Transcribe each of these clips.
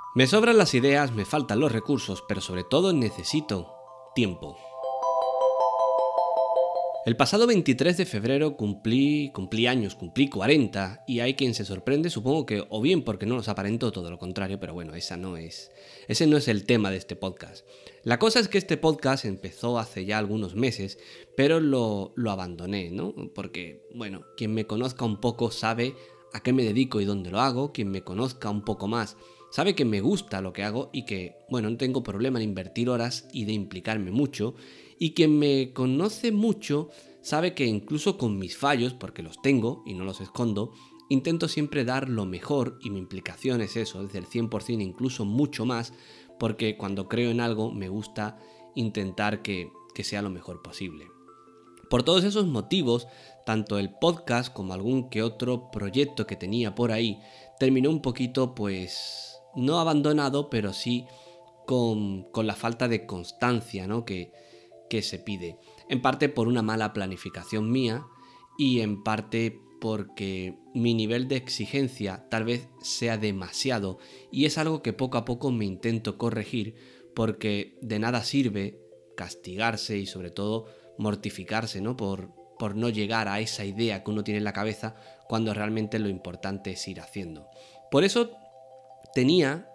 Me sobran las ideas, me faltan los recursos, pero sobre todo necesito tiempo. El pasado 23 de febrero cumplí años, cumplí 40 y hay quien se sorprende, supongo que o bien porque no los aparento, todo lo contrario, pero bueno, ese no es el tema de este podcast. La cosa es que este podcast empezó hace ya algunos meses, pero lo abandoné, ¿no? Porque, bueno, quien me conozca un poco sabe a qué me dedico y dónde lo hago, quien me conozca un poco más sabe que me gusta lo que hago y que, bueno, no tengo problema en invertir horas y de implicarme mucho. Y quien me conoce mucho sabe que incluso con mis fallos, porque los tengo y no los escondo, intento siempre dar lo mejor y mi implicación es eso, desde el 100%, incluso mucho más, porque cuando creo en algo me gusta intentar que sea lo mejor posible. Por todos esos motivos, tanto el podcast como algún que otro proyecto que tenía por ahí terminó un poquito, pues, no abandonado, pero sí con la falta de constancia, ¿no? que se pide. En parte por una mala planificación mía y en parte porque mi nivel de exigencia tal vez sea demasiado y es algo que poco a poco me intento corregir porque de nada sirve castigarse y sobre todo mortificarse, ¿no? por no llegar a esa idea que uno tiene en la cabeza cuando realmente lo importante es ir haciendo. Por eso tenía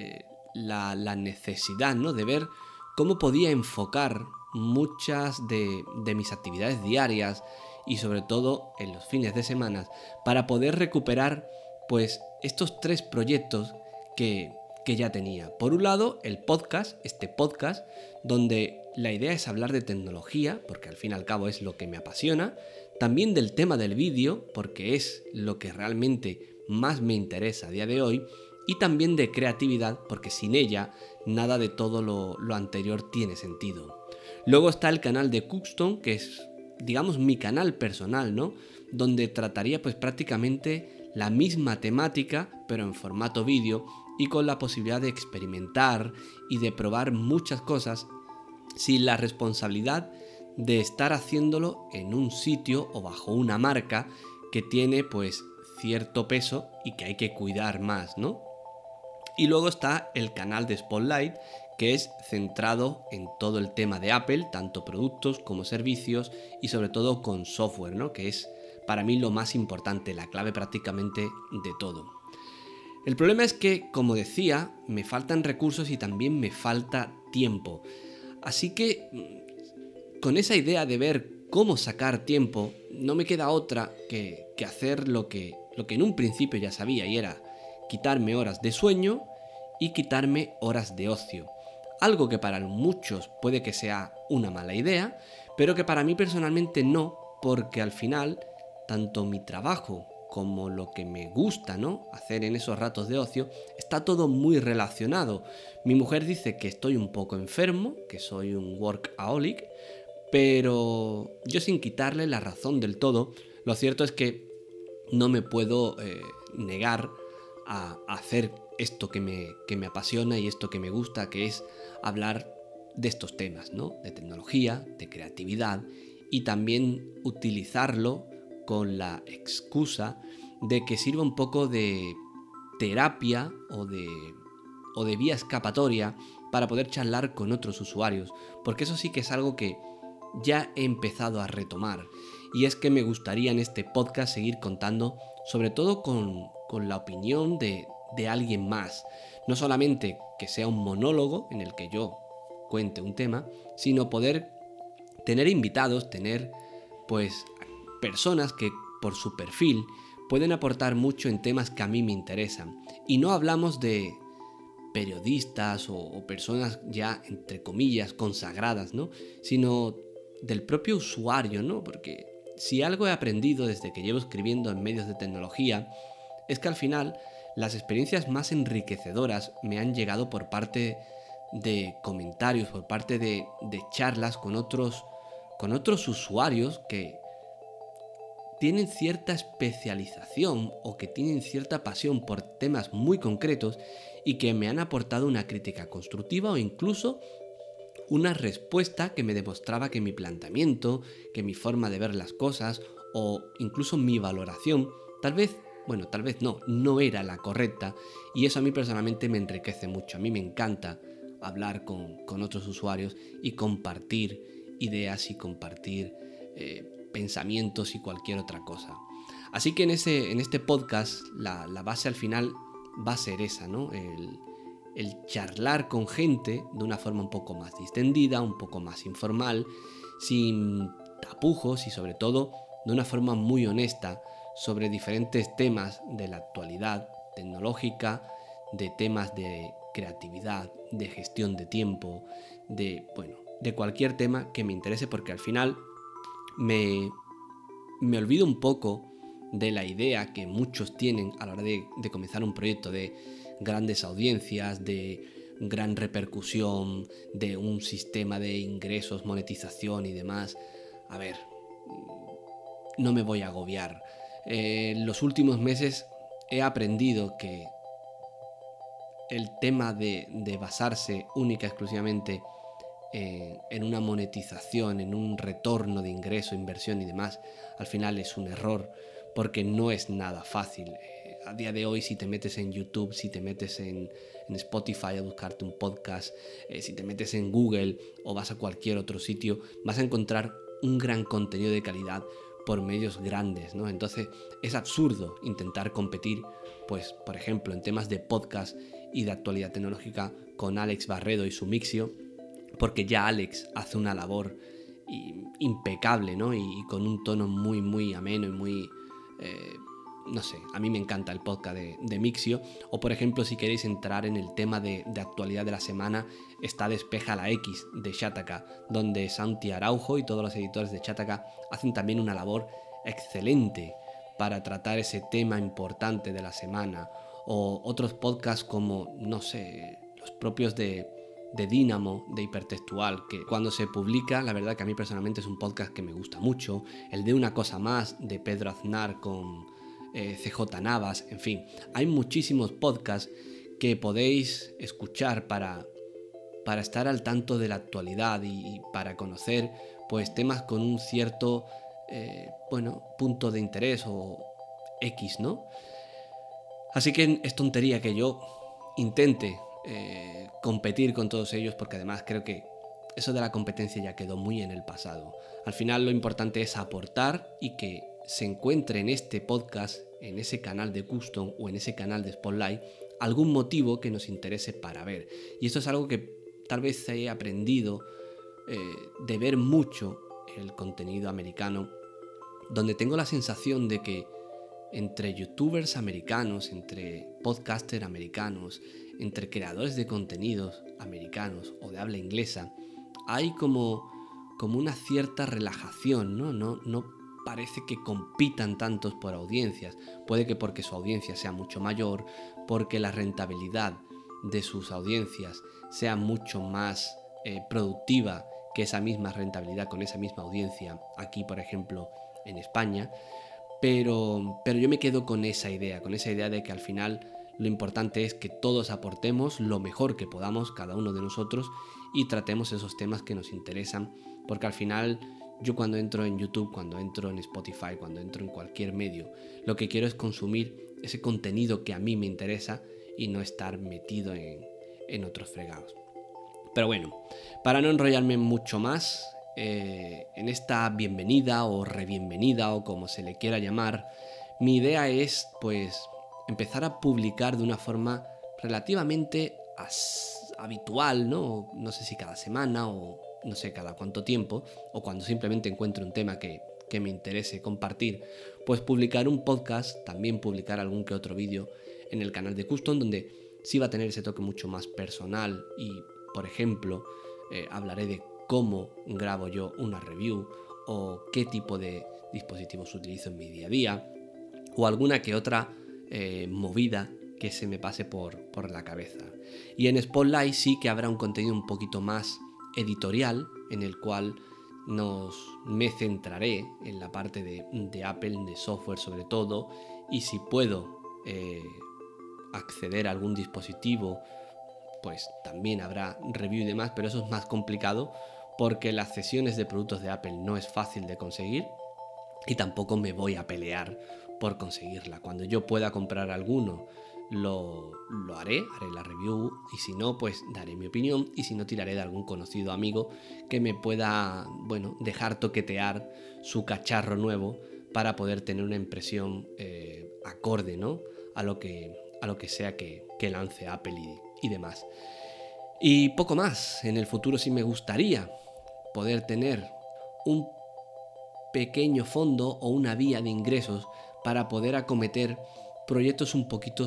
la necesidad, ¿no? de ver cómo podía enfocar muchas de mis actividades diarias y sobre todo en los fines de semana para poder recuperar pues estos 3 proyectos que ya tenía. Por un lado, el podcast, este podcast, donde la idea es hablar de tecnología, porque al fin y al cabo es lo que me apasiona, también del tema del vídeo, porque es lo que realmente más me interesa a día de hoy, y también de creatividad, porque sin ella nada de todo lo anterior tiene sentido. Luego está el canal de Cookstone, que es, digamos, mi canal personal, ¿no? Donde trataría pues prácticamente la misma temática, pero en formato vídeo y con la posibilidad de experimentar y de probar muchas cosas sin la responsabilidad de estar haciéndolo en un sitio o bajo una marca que tiene pues cierto peso y que hay que cuidar más, ¿no? Y luego está el canal de Spotlight, que es centrado en todo el tema de Apple, tanto productos como servicios y sobre todo con software, ¿no? Que es para mí lo más importante, la clave prácticamente de todo. El problema es que, como decía, me faltan recursos y también me falta tiempo. Así que, con esa idea de ver cómo sacar tiempo, no me queda otra que hacer lo que en un principio ya sabía, y era quitarme horas de sueño y quitarme horas de ocio. Algo que para muchos puede que sea una mala idea, pero que para mí personalmente no, porque al final, tanto mi trabajo como lo que me gusta, ¿no? hacer en esos ratos de ocio, está todo muy relacionado. Mi mujer dice que estoy un poco enfermo, que soy un workaholic, pero yo sin quitarle la razón del todo, lo cierto es que no me puedo negar a hacer esto que me apasiona y esto que me gusta, que es hablar de estos temas, ¿no? De tecnología, de creatividad y también utilizarlo con la excusa de que sirva un poco de terapia o de vía escapatoria para poder charlar con otros usuarios, porque eso sí que es algo que ya he empezado a retomar, y es que me gustaría en este podcast seguir contando sobre todo con la opinión de alguien más, no solamente que sea un monólogo en el que yo cuente un tema, sino poder tener invitados, tener pues personas que por su perfil pueden aportar mucho en temas que a mí me interesan. Y no hablamos de periodistas o personas ya entre comillas consagradas, ¿no? Sino del propio usuario, ¿no? Porque si algo he aprendido desde que llevo escribiendo en medios de tecnología es que al final las experiencias más enriquecedoras me han llegado por parte de comentarios, por parte de charlas con otros usuarios que tienen cierta especialización o que tienen cierta pasión por temas muy concretos y que me han aportado una crítica constructiva o incluso una respuesta que me demostraba que mi planteamiento, que mi forma de ver las cosas o incluso mi valoración tal vez bueno, tal vez no era la correcta, y eso a mí personalmente me enriquece mucho. A mí me encanta hablar con otros usuarios y compartir ideas y compartir pensamientos y cualquier otra cosa. Así que en este podcast la base al final va a ser esa, ¿no? El charlar con gente de una forma un poco más distendida, un poco más informal, sin tapujos y sobre todo de una forma muy honesta sobre diferentes temas de la actualidad tecnológica, de temas de creatividad, de gestión de tiempo, de cualquier tema que me interese, porque al final me olvido un poco de la idea que muchos tienen a la hora de comenzar un proyecto de grandes audiencias, de gran repercusión, de un sistema de ingresos, monetización y demás. A ver, no me voy a agobiar. En los últimos meses he aprendido que el tema de basarse única y exclusivamente en una monetización, en un retorno de ingreso, inversión y demás, al final es un error, porque no es nada fácil. A día de hoy, si te metes en YouTube, si te metes en Spotify a buscarte un podcast, si te metes en Google o vas a cualquier otro sitio, vas a encontrar un gran contenido de calidad por medios grandes, ¿no? Entonces es absurdo intentar competir, pues, por ejemplo, en temas de podcast y de actualidad tecnológica con Alex Barredo y su Mixio, porque ya Alex hace una labor impecable, ¿no? Y con un tono muy, muy ameno y muy... no sé, a mí me encanta el podcast de Mixio. O por ejemplo, si queréis entrar en el tema de actualidad de la semana, está Despeja la X de Shataka, donde Santi Araujo y todos los editores de Shataka hacen también una labor excelente para tratar ese tema importante de la semana. O otros podcasts como, no sé, los propios de Dynamo, de Hipertextual, que cuando se publica, la verdad que a mí personalmente es un podcast que me gusta mucho. El de Una Cosa Más, de Pedro Aznar con CJ Navas, en fin. Hay muchísimos podcasts que podéis escuchar para estar al tanto de la actualidad y para conocer pues temas con un cierto punto de interés o X, ¿no? Así que es tontería que yo intente competir con todos ellos, porque además creo que eso de la competencia ya quedó muy en el pasado. Al final lo importante es aportar y que se encuentre en este podcast, en ese canal de Custom o en ese canal de Spotlight, algún motivo que nos interese para ver. Y esto es algo que tal vez he aprendido de ver mucho el contenido americano, donde tengo la sensación de que entre youtubers americanos, entre podcasters americanos, entre creadores de contenidos americanos o de habla inglesa, hay como una cierta relajación, ¿no? No parece que compitan tantos por audiencias. Puede que porque su audiencia sea mucho mayor, porque la rentabilidad de sus audiencias sea mucho más productiva que esa misma rentabilidad con esa misma audiencia aquí, por ejemplo, en España. Pero yo me quedo con esa idea de que al final lo importante es que todos aportemos lo mejor que podamos, cada uno de nosotros, y tratemos esos temas que nos interesan, porque al final yo cuando entro en YouTube, cuando entro en Spotify, cuando entro en cualquier medio, lo que quiero es consumir ese contenido que a mí me interesa y no estar metido en otros fregados. Pero bueno, para no enrollarme mucho más, en esta bienvenida o rebienvenida o como se le quiera llamar, mi idea es pues empezar a publicar de una forma relativamente habitual, ¿no? No sé si cada semana o no sé cada cuánto tiempo, o cuando simplemente encuentre un tema que me interese compartir, pues publicar un podcast, también publicar algún que otro vídeo en el canal de Custom, donde sí va a tener ese toque mucho más personal y, por ejemplo, hablaré de cómo grabo yo una review o qué tipo de dispositivos utilizo en mi día a día o alguna que otra movida que se me pase por la cabeza. Y en Spotlight sí que habrá un contenido un poquito más editorial en el cual me centraré en la parte de Apple, de software sobre todo, y si puedo acceder a algún dispositivo, pues también habrá review y demás, pero eso es más complicado porque las cesiones de productos de Apple no es fácil de conseguir y tampoco me voy a pelear por conseguirla. Cuando yo pueda comprar alguno, lo haré la review, y si no, pues daré mi opinión, y si no, tiraré de algún conocido amigo que me pueda, bueno, dejar toquetear su cacharro nuevo para poder tener una impresión acorde, ¿no? a lo que sea que lance Apple y demás. Y poco más. En el futuro sí me gustaría poder tener un pequeño fondo o una vía de ingresos para poder acometer proyectos un poquito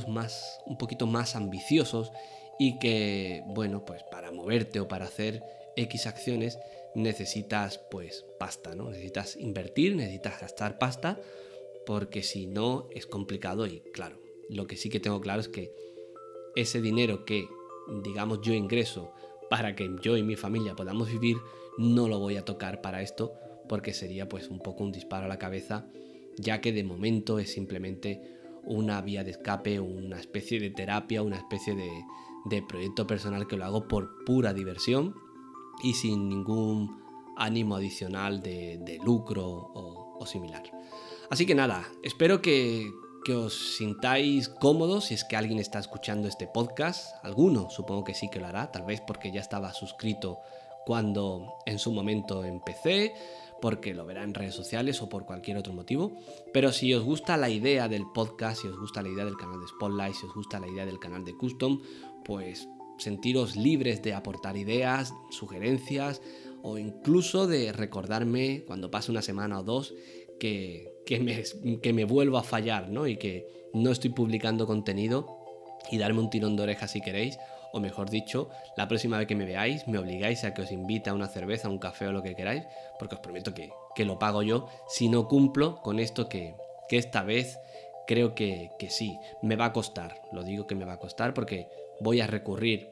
más ambiciosos, y que, bueno, pues para moverte o para hacer X acciones necesitas pues pasta, ¿no? Necesitas invertir, necesitas gastar pasta, porque si no es complicado. Y claro, lo que sí que tengo claro es que ese dinero que, digamos, yo ingreso para que yo y mi familia podamos vivir, no lo voy a tocar para esto, porque sería pues un poco un disparo a la cabeza, ya que de momento es simplemente una vía de escape, una especie de terapia, una especie de proyecto personal que lo hago por pura diversión y sin ningún ánimo adicional de lucro o similar. Así que nada, espero que os sintáis cómodos si es que alguien está escuchando este podcast. Alguno supongo que sí que lo hará, tal vez porque ya estaba suscrito cuando en su momento empecé, porque lo verá en redes sociales o por cualquier otro motivo. Pero si os gusta la idea del podcast, si os gusta la idea del canal de Spotlight, si os gusta la idea del canal de Custom, pues sentiros libres de aportar ideas, sugerencias, o incluso de recordarme cuando pase una semana o dos que me vuelvo a fallar, ¿no? Y que no estoy publicando contenido, y darme un tirón de oreja si queréis, o mejor dicho, la próxima vez que me veáis me obligáis a que os invite a una cerveza, a un café o lo que queráis, porque os prometo que lo pago yo si no cumplo con esto que esta vez creo que sí, me va a costar. Lo digo que me va a costar porque voy a recurrir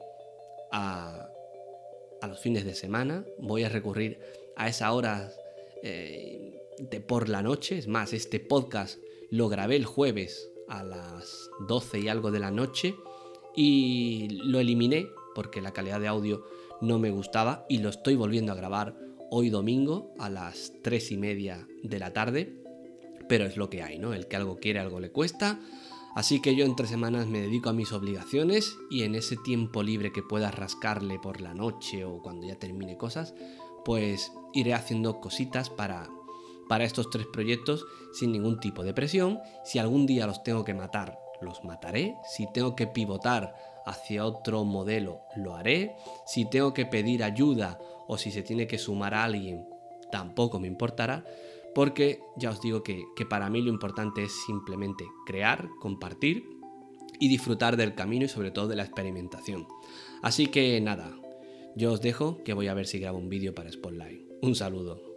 a los fines de semana, voy a recurrir a esas horas de por la noche. Es más, este podcast lo grabé el jueves a las 12 y algo de la noche y lo eliminé porque la calidad de audio no me gustaba, y lo estoy volviendo a grabar hoy domingo a las 3:30 de la tarde, pero es lo que hay, ¿no? El que algo quiere, algo le cuesta. Así que yo entre semanas me dedico a mis obligaciones, y en ese tiempo libre que pueda rascarle por la noche o cuando ya termine cosas, pues iré haciendo cositas para estos 3 proyectos sin ningún tipo de presión. Si algún día los tengo que matar, los mataré. Si tengo que pivotar hacia otro modelo, lo haré. Si tengo que pedir ayuda o si se tiene que sumar a alguien, tampoco me importará, porque ya os digo que para mí lo importante es simplemente crear, compartir y disfrutar del camino, y sobre todo de la experimentación. Así que nada, yo os dejo, que voy a ver si grabo un vídeo para Spotlight. Un saludo.